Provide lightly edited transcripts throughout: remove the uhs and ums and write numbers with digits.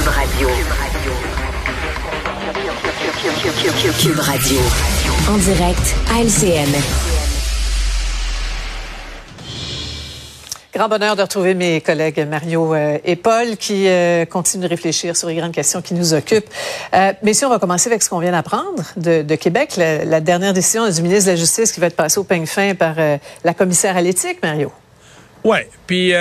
Radio. Cube Radio. En direct à LCN. Grand bonheur de retrouver mes collègues Mario et Paul qui continuent de réfléchir sur les grandes questions qui nous occupent. Messieurs, on va commencer avec ce qu'on vient d'apprendre de Québec, la dernière décision du ministre de la Justice qui va être passée au peigne fin par la commissaire à l'éthique, Mario. Ouais, puis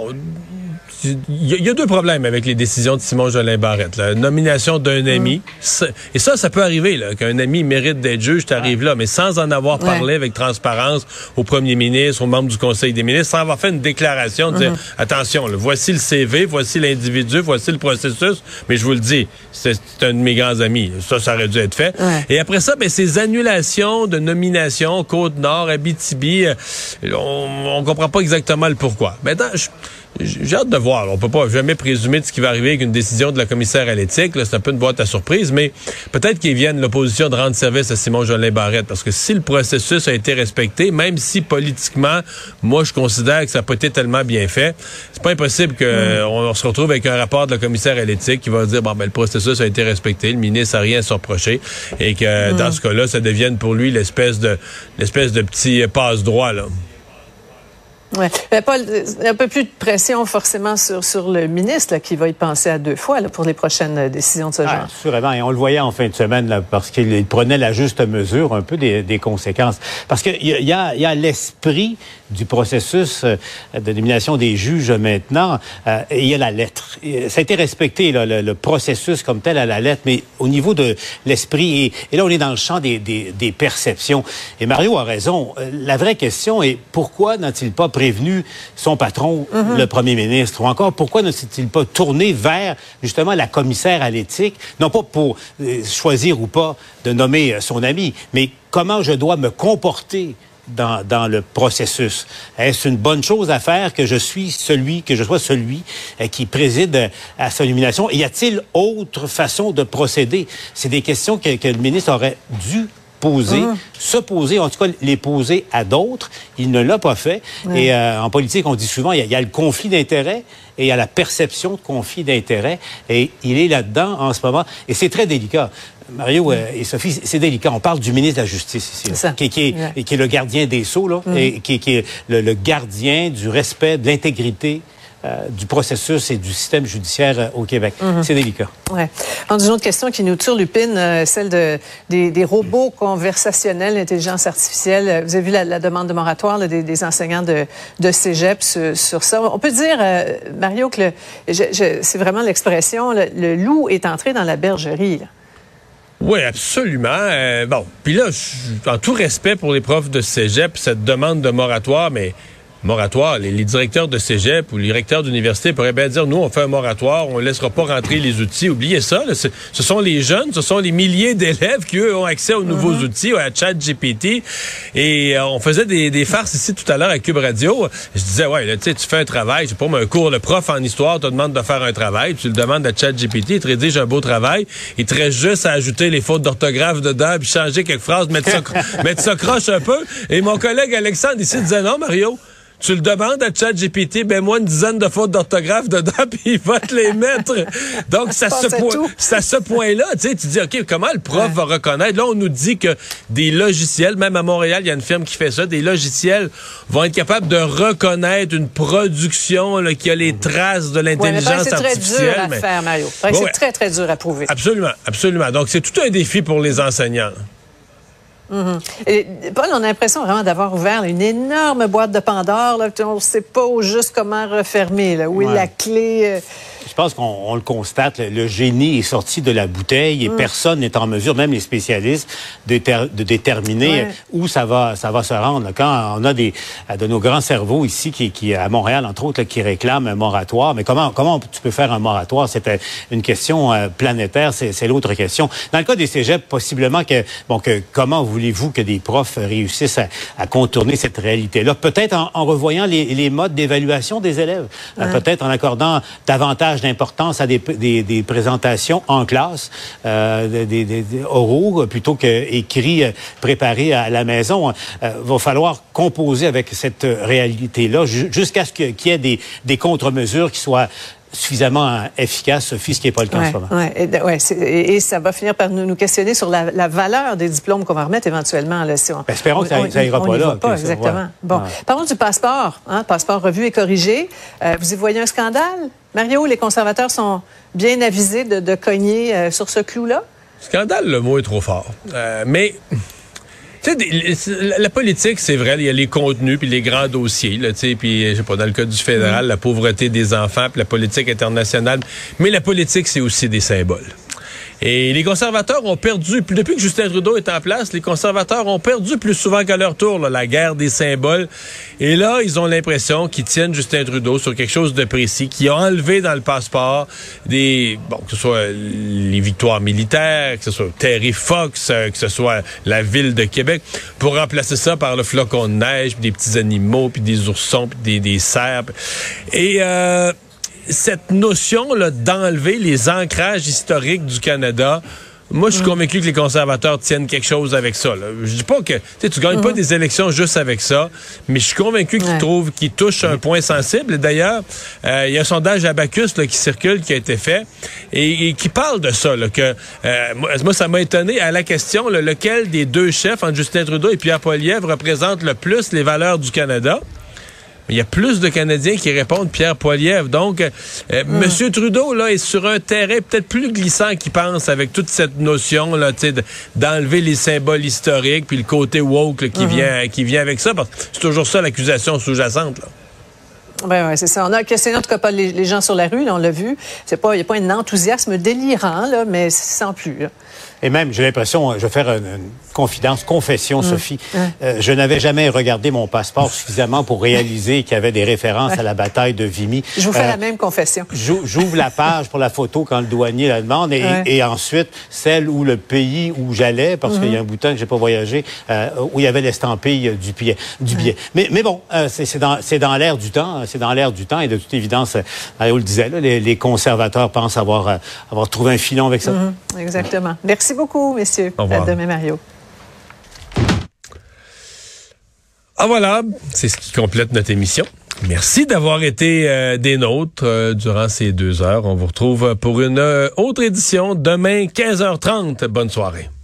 il y a deux problèmes avec les décisions de Simon Jolin Barrette. La nomination d'un ami, et ça peut arriver, là, qu'un ami mérite d'être juge, t'arrives là, mais sans en avoir parlé avec transparence au premier ministre, aux membres du Conseil des ministres, sans avoir fait une déclaration de dire, attention, là, voici le CV, voici l'individu, voici le processus, mais je vous le dis, c'est un de mes grands amis. Ça aurait dû être fait. Ouais. Et après ça, ces annulations de nominations, Côte-Nord, Abitibi, on comprend pas exactement le pourquoi. Maintenant, j'ai hâte de voir. On peut pas jamais présumer de ce qui va arriver avec une décision de la commissaire à l'éthique. Là, c'est un peu une boîte à surprise, mais peut-être qu'ils viennent l'opposition de rendre service à Simon Jolin Barrette, parce que si le processus a été respecté, même si politiquement, moi, je considère que ça n'a pas été tellement bien fait, c'est pas impossible qu'on se retrouve avec un rapport de la commissaire à l'éthique qui va dire, le processus a été respecté, le ministre n'a rien à se reprocher, et que dans ce cas-là, ça devienne pour lui l'espèce de petit passe-droit, là. Oui. Paul, un peu plus de pression forcément sur le ministre là, qui va y penser à deux fois là, pour les prochaines décisions de ce genre. Assurément. Et on le voyait en fin de semaine là, parce qu'il prenait la juste mesure un peu des conséquences. Parce qu'il y a l'esprit du processus de nomination des juges maintenant, et il y a la lettre. Ça a été respecté, là, le processus comme tel à la lettre, mais au niveau de l'esprit, et là on est dans le champ des perceptions. Et Mario a raison. La vraie question est pourquoi n'a-t-il pas prévenu son patron, le premier ministre, ou encore pourquoi ne s'est-il pas tourné vers justement la commissaire à l'éthique, non pas pour choisir ou pas de nommer son ami, mais comment je dois me comporter dans le processus. Est-ce une bonne chose à faire que je sois celui qui préside à sa nomination? Y a-t-il autre façon de procéder? C'est des questions que le ministre aurait dû se poser, en tout cas les poser à d'autres. Il ne l'a pas fait. Et en politique, on dit souvent, il y a le conflit d'intérêts et il y a la perception de conflit d'intérêts. Et il est là-dedans en ce moment. Et c'est très délicat. Mario et Sophie, c'est délicat. On parle du ministre de la Justice ici, qui est le gardien des sceaux, là, et qui est le gardien du respect, de l'intégrité du processus et du système judiciaire au Québec. C'est délicat. Ouais. Une autre question qui nous turlupine, celle des robots conversationnels, l'intelligence artificielle. Vous avez vu la demande de moratoire là, des enseignants de cégep sur ça. On peut dire, Mario, que c'est vraiment l'expression, le loup est entré dans la bergerie. Là. Oui, absolument. Puis là, en tout respect pour les profs de cégep, cette demande de moratoire, mais moratoire, les directeurs de cégep ou les recteurs d'université pourraient bien dire, nous, on fait un moratoire, on ne laissera pas rentrer les outils. Oubliez ça, là, ce sont les jeunes, ce sont les milliers d'élèves qui, eux, ont accès aux nouveaux outils, à ChatGPT. Et on faisait des farces ici tout à l'heure à Cube Radio. Je disais, là, tu fais un travail, je sais pas, un cours, le prof en histoire te demande de faire un travail, tu le demandes à ChatGPT, il te rédige un beau travail, il te reste juste à ajouter les fautes d'orthographe dedans, puis changer quelques phrases, mettre ça croche un peu. Et mon collègue Alexandre ici disait, non, Mario, tu le demandes à ChatGPT, moi une dizaine de fautes d'orthographe dedans, puis il va te les mettre. Donc, c'est à ce point-là, tu dis, OK, comment le prof va reconnaître? Là, on nous dit que des logiciels, même à Montréal, il y a une firme qui fait ça, des logiciels vont être capables de reconnaître une production là, qui a les traces de l'intelligence artificielle. C'est très dur à faire, Mario. C'est très, très dur à prouver. Absolument, absolument. Donc, c'est tout un défi pour les enseignants. Et Paul, on a l'impression vraiment d'avoir ouvert une énorme boîte de Pandore. Là, on ne sait pas juste comment refermer. Là, où est la clé? Je pense qu'on le constate, le génie est sorti de la bouteille et personne n'est en mesure, même les spécialistes, de déterminer où ça va se rendre. Quand on a de nos grands cerveaux ici, qui à Montréal, entre autres, là, qui réclament un moratoire, mais comment tu peux faire un moratoire? C'est une question planétaire, c'est l'autre question. Dans le cas des cégeps, possiblement comment voulez-vous que des profs réussissent à contourner cette réalité-là? Peut-être en revoyant les modes d'évaluation des élèves, peut-être en accordant davantage d'importance à des présentations en classe, des oraux, plutôt qu'écrits préparés à la maison. Va falloir composer avec cette réalité-là jusqu'à ce qu'il y ait des contre-mesures qui soient suffisamment efficace, Sophie, ce qui n'est pas le cas en ce moment. Et ça va finir par nous questionner sur la valeur des diplômes qu'on va remettre éventuellement. Là, si espérons que ça ira pas là. Pas, exactement. Bon, parlons du passeport. Passeport revu et corrigé. Vous y voyez un scandale? Mario, les conservateurs sont bien avisés de cogner sur ce clou-là? Scandale, le mot est trop fort. Mais... Tu sais, la politique, c'est vrai, il y a les contenus puis les grands dossiers, là, tu sais, puis je sais pas, dans le cas du fédéral, la pauvreté des enfants puis la politique internationale, mais la politique, c'est aussi des symboles. Et les conservateurs ont perdu, depuis que Justin Trudeau est en place, les conservateurs ont perdu plus souvent qu'à leur tour, là, la guerre des symboles. Et là, ils ont l'impression qu'ils tiennent Justin Trudeau sur quelque chose de précis, qui a enlevé dans le passeport que ce soit les victoires militaires, que ce soit Terry Fox, que ce soit la ville de Québec, pour remplacer ça par le flocon de neige, puis des petits animaux, puis des oursons, puis des cerfs. Et cette notion là d'enlever les ancrages historiques du Canada, moi je suis convaincu que les conservateurs tiennent quelque chose avec ça. Là. Je dis pas que tu gagnes pas des élections juste avec ça, mais je suis convaincu qu'ils touchent un point sensible. Et d'ailleurs, il y a un sondage Abacus là, qui circule, qui a été fait, et qui parle de ça. Là, que moi, ça m'a étonné à la question lequel des deux chefs, entre Justin Trudeau et Pierre Poilievre, représente le plus les valeurs du Canada. Il y a plus de Canadiens qui répondent Pierre Poilievre. Donc, M. Trudeau là est sur un terrain peut-être plus glissant qu'il pense, avec toute cette notion là, d'enlever les symboles historiques, puis le côté woke là, qui vient avec ça. Parce que c'est toujours ça l'accusation sous-jacente. Oui, c'est ça. On a questionné en tout cas pas les gens sur la rue, là, on l'a vu. Il n'y a pas un enthousiasme délirant, là, mais sans plus. Là. Et même, j'ai l'impression, je vais faire une confession, Sophie. Je n'avais jamais regardé mon passeport suffisamment pour réaliser qu'il y avait des références à la bataille de Vimy. Je vous fais la même confession. J'ouvre la page pour la photo quand le douanier la demande et ensuite celle où le pays où j'allais, parce qu'il y a un bout de temps que j'ai pas voyagé, où il y avait l'estampille du billet. Mais bon, c'est dans l'air du temps. C'est dans l'air du temps et de toute évidence, Mario le disait, là, les conservateurs pensent avoir trouvé un filon avec ça. Exactement. Merci beaucoup, messieurs. Au revoir. À demain, Mario. Ah voilà, c'est ce qui complète notre émission. Merci d'avoir été des nôtres durant ces 2 heures. On vous retrouve pour une autre édition demain 15h30. Bonne soirée.